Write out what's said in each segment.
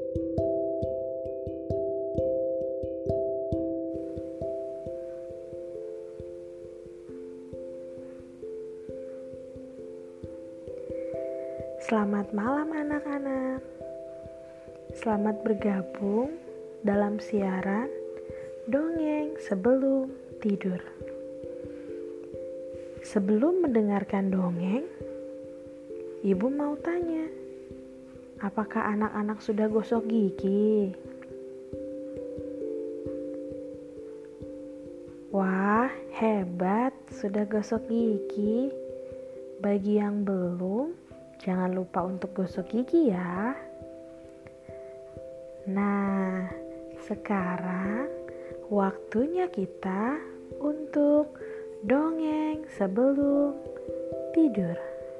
Selamat malam anak-anak. Selamat bergabung dalam siaran Dongeng Sebelum Tidur. Sebelum mendengarkan dongeng, Ibu mau tanya, apakah anak-anak sudah gosok gigi? Wah, hebat, sudah gosok gigi. Bagi yang belum, jangan lupa untuk gosok gigi ya. Nah, sekarang waktunya kita untuk dongeng sebelum tidur.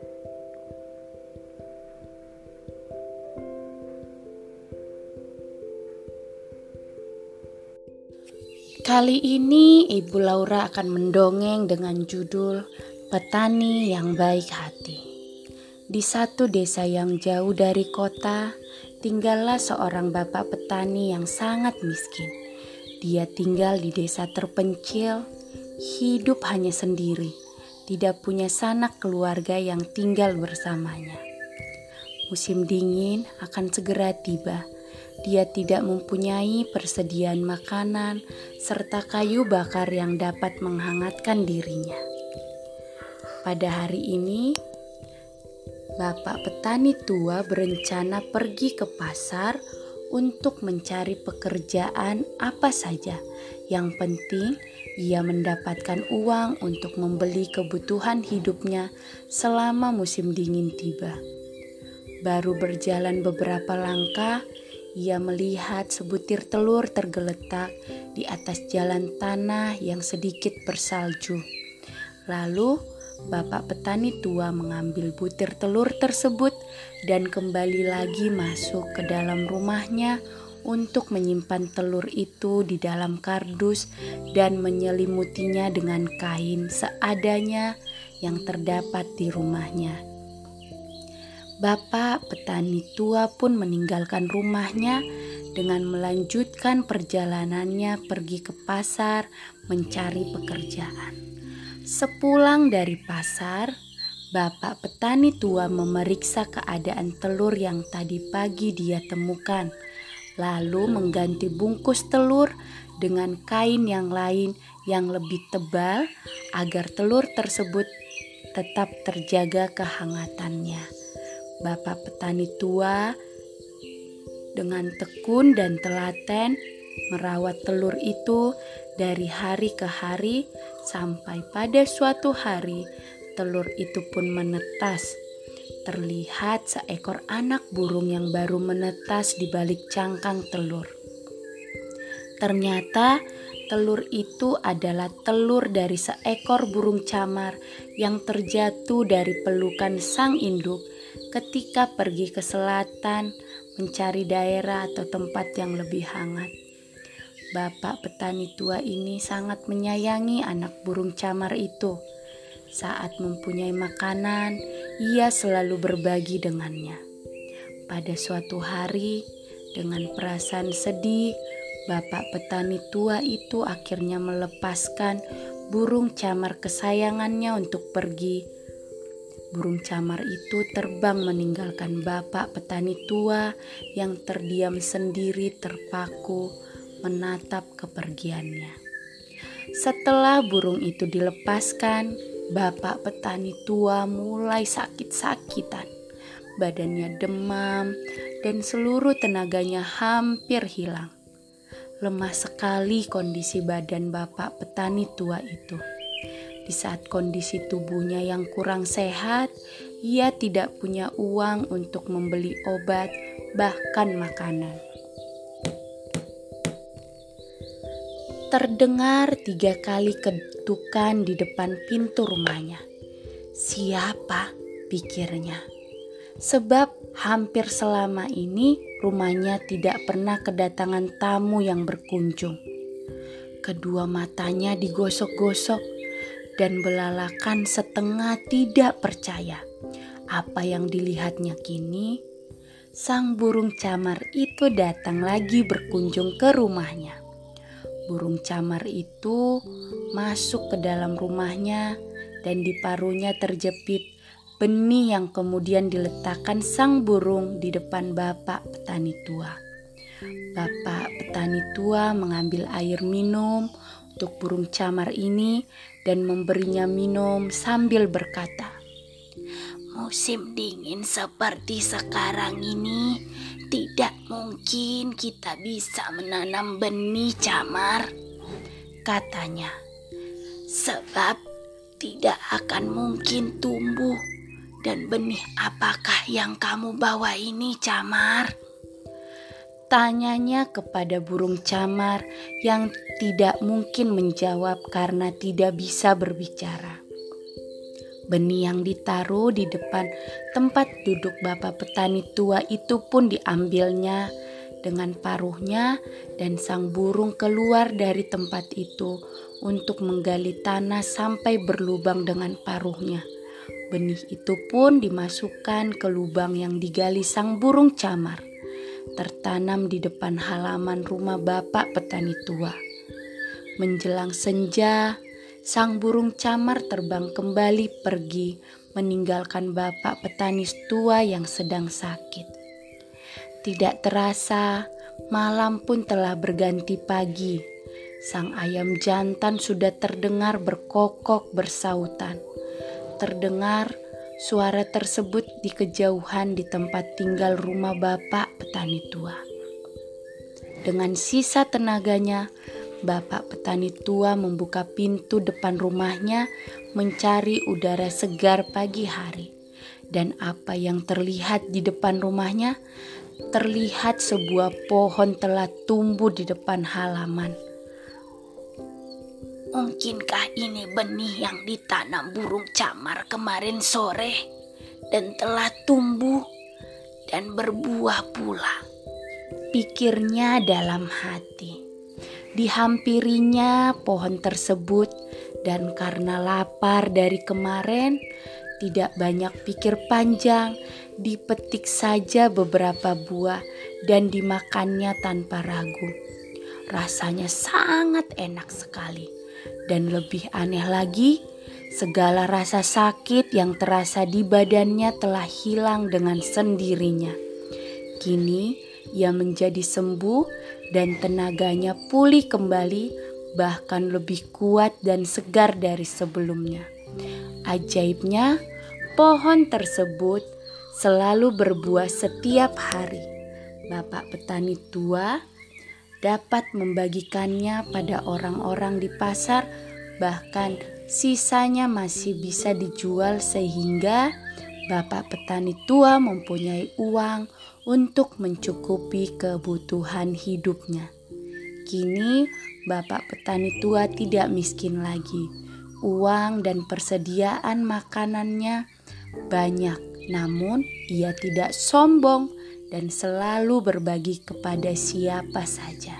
Kali ini Ibu Laura akan mendongeng dengan judul Petani yang Baik Hati. Di satu desa yang jauh dari kota, tinggallah seorang bapak petani yang sangat miskin. Dia tinggal di desa terpencil, hidup hanya sendiri, tidak punya sanak keluarga yang tinggal bersamanya. Musim dingin akan segera tiba. Dia tidak mempunyai persediaan makanan serta kayu bakar yang dapat menghangatkan dirinya. Pada hari ini, bapak petani tua berencana pergi ke pasar untuk mencari pekerjaan apa saja. Yang penting, ia mendapatkan uang untuk membeli kebutuhan hidupnya selama musim dingin tiba. Baru berjalan beberapa langkah, ia melihat sebutir telur tergeletak di atas jalan tanah yang sedikit bersalju. Lalu, bapak petani tua mengambil butir telur tersebut dan kembali lagi masuk ke dalam rumahnya untuk menyimpan telur itu di dalam kardus dan menyelimutinya dengan kain seadanya yang terdapat di rumahnya. Bapak petani tua pun meninggalkan rumahnya dengan melanjutkan perjalanannya pergi ke pasar mencari pekerjaan. Sepulang dari pasar, bapak petani tua memeriksa keadaan telur yang tadi pagi dia temukan, lalu mengganti bungkus telur dengan kain yang lain yang lebih tebal agar telur tersebut tetap terjaga kehangatannya. Bapak petani tua dengan tekun dan telaten merawat telur itu dari hari ke hari sampai pada suatu hari telur itu pun menetas. Terlihat seekor anak burung yang baru menetas di balik cangkang telur. Ternyata telur itu adalah telur dari seekor burung camar yang terjatuh dari pelukan sang induk ketika pergi ke selatan mencari daerah atau tempat yang lebih hangat. Bapak petani tua ini sangat menyayangi anak burung camar itu. Saat mempunyai makanan, ia selalu berbagi dengannya. Pada suatu hari, dengan perasaan sedih, bapak petani tua itu akhirnya melepaskan burung camar kesayangannya untuk pergi. Burung camar itu terbang meninggalkan bapak petani tua yang terdiam sendiri terpaku menatap kepergiannya. Setelah burung itu dilepaskan, bapak petani tua mulai sakit-sakitan. Badannya demam dan seluruh tenaganya hampir hilang. Lemah sekali kondisi badan bapak petani tua itu. Di saat kondisi tubuhnya yang kurang sehat, ia tidak punya uang untuk membeli obat, bahkan makanan. Terdengar 3 kali ketukan di depan pintu rumahnya. Siapa? Pikirnya. Sebab hampir selama ini rumahnya tidak pernah kedatangan tamu yang berkunjung. Kedua matanya digosok-gosok dan belalakan setengah tidak percaya. Apa yang dilihatnya kini? sang burung camar itu datang lagi berkunjung ke rumahnya. Burung camar itu masuk ke dalam rumahnya dan di paruhnya terjepit benih yang kemudian diletakkan sang burung di depan bapak petani tua. Bapak petani tua mengambil air minum untuk burung camar ini dan memberinya minum sambil berkata, "Musim dingin seperti sekarang ini, tidak mungkin kita bisa menanam benih camar," katanya, "sebab tidak akan mungkin tumbuh. Dan benih apakah yang kamu bawa ini, camar?" Tanyanya kepada burung camar yang tidak mungkin menjawab karena tidak bisa berbicara. Benih yang ditaruh di depan tempat duduk bapak petani tua itu pun diambilnya dengan paruhnya dan sang burung keluar dari tempat itu untuk menggali tanah sampai berlubang dengan paruhnya. Benih itu pun dimasukkan ke lubang yang digali sang burung camar, tertanam di depan halaman rumah bapak petani tua. Menjelang senja, sang burung camar terbang kembali pergi meninggalkan bapak petani tua yang sedang sakit. Tidak terasa, malam pun telah berganti pagi. Sang ayam jantan sudah terdengar berkokok bersautan. Terdengar suara tersebut di kejauhan di tempat tinggal rumah bapak petani tua. Dengan sisa tenaganya, bapak petani tua membuka pintu depan rumahnya mencari udara segar pagi hari. Dan apa yang terlihat di depan rumahnya? Terlihat sebuah pohon telah tumbuh di depan halaman. "Mungkinkah ini benih yang ditanam burung camar kemarin sore dan telah tumbuh dan berbuah pula?" pikirnya dalam hati. Dihampirinya pohon tersebut dan karena lapar dari kemarin, tidak banyak pikir panjang, dipetik saja beberapa buah dan dimakannya tanpa ragu. Rasanya sangat enak sekali. Dan lebih aneh lagi, segala rasa sakit yang terasa di badannya telah hilang dengan sendirinya. Kini ia menjadi sembuh dan tenaganya pulih kembali, bahkan lebih kuat dan segar dari sebelumnya. Ajaibnya, pohon tersebut selalu berbuah setiap hari. Bapak petani tua dapat membagikannya pada orang-orang di pasar, bahkan sisanya masih bisa dijual sehingga bapak petani tua mempunyai uang untuk mencukupi kebutuhan hidupnya. Kini bapak petani tua tidak miskin lagi. Uang dan persediaan makanannya banyak, namun ia tidak sombong dan selalu berbagi kepada siapa saja.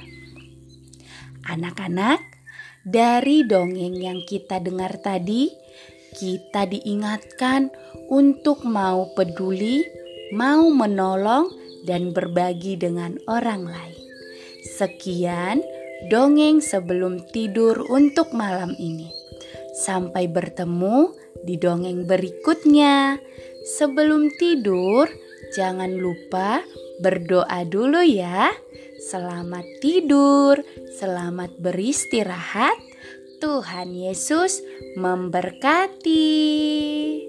Anak-anak, dari dongeng yang kita dengar tadi, kita diingatkan untuk mau peduli, mau menolong, dan berbagi dengan orang lain. Sekian dongeng sebelum tidur untuk malam ini. Sampai bertemu di dongeng berikutnya. Sebelum tidur, jangan lupa berdoa dulu ya. Selamat tidur, selamat beristirahat. Tuhan Yesus memberkati.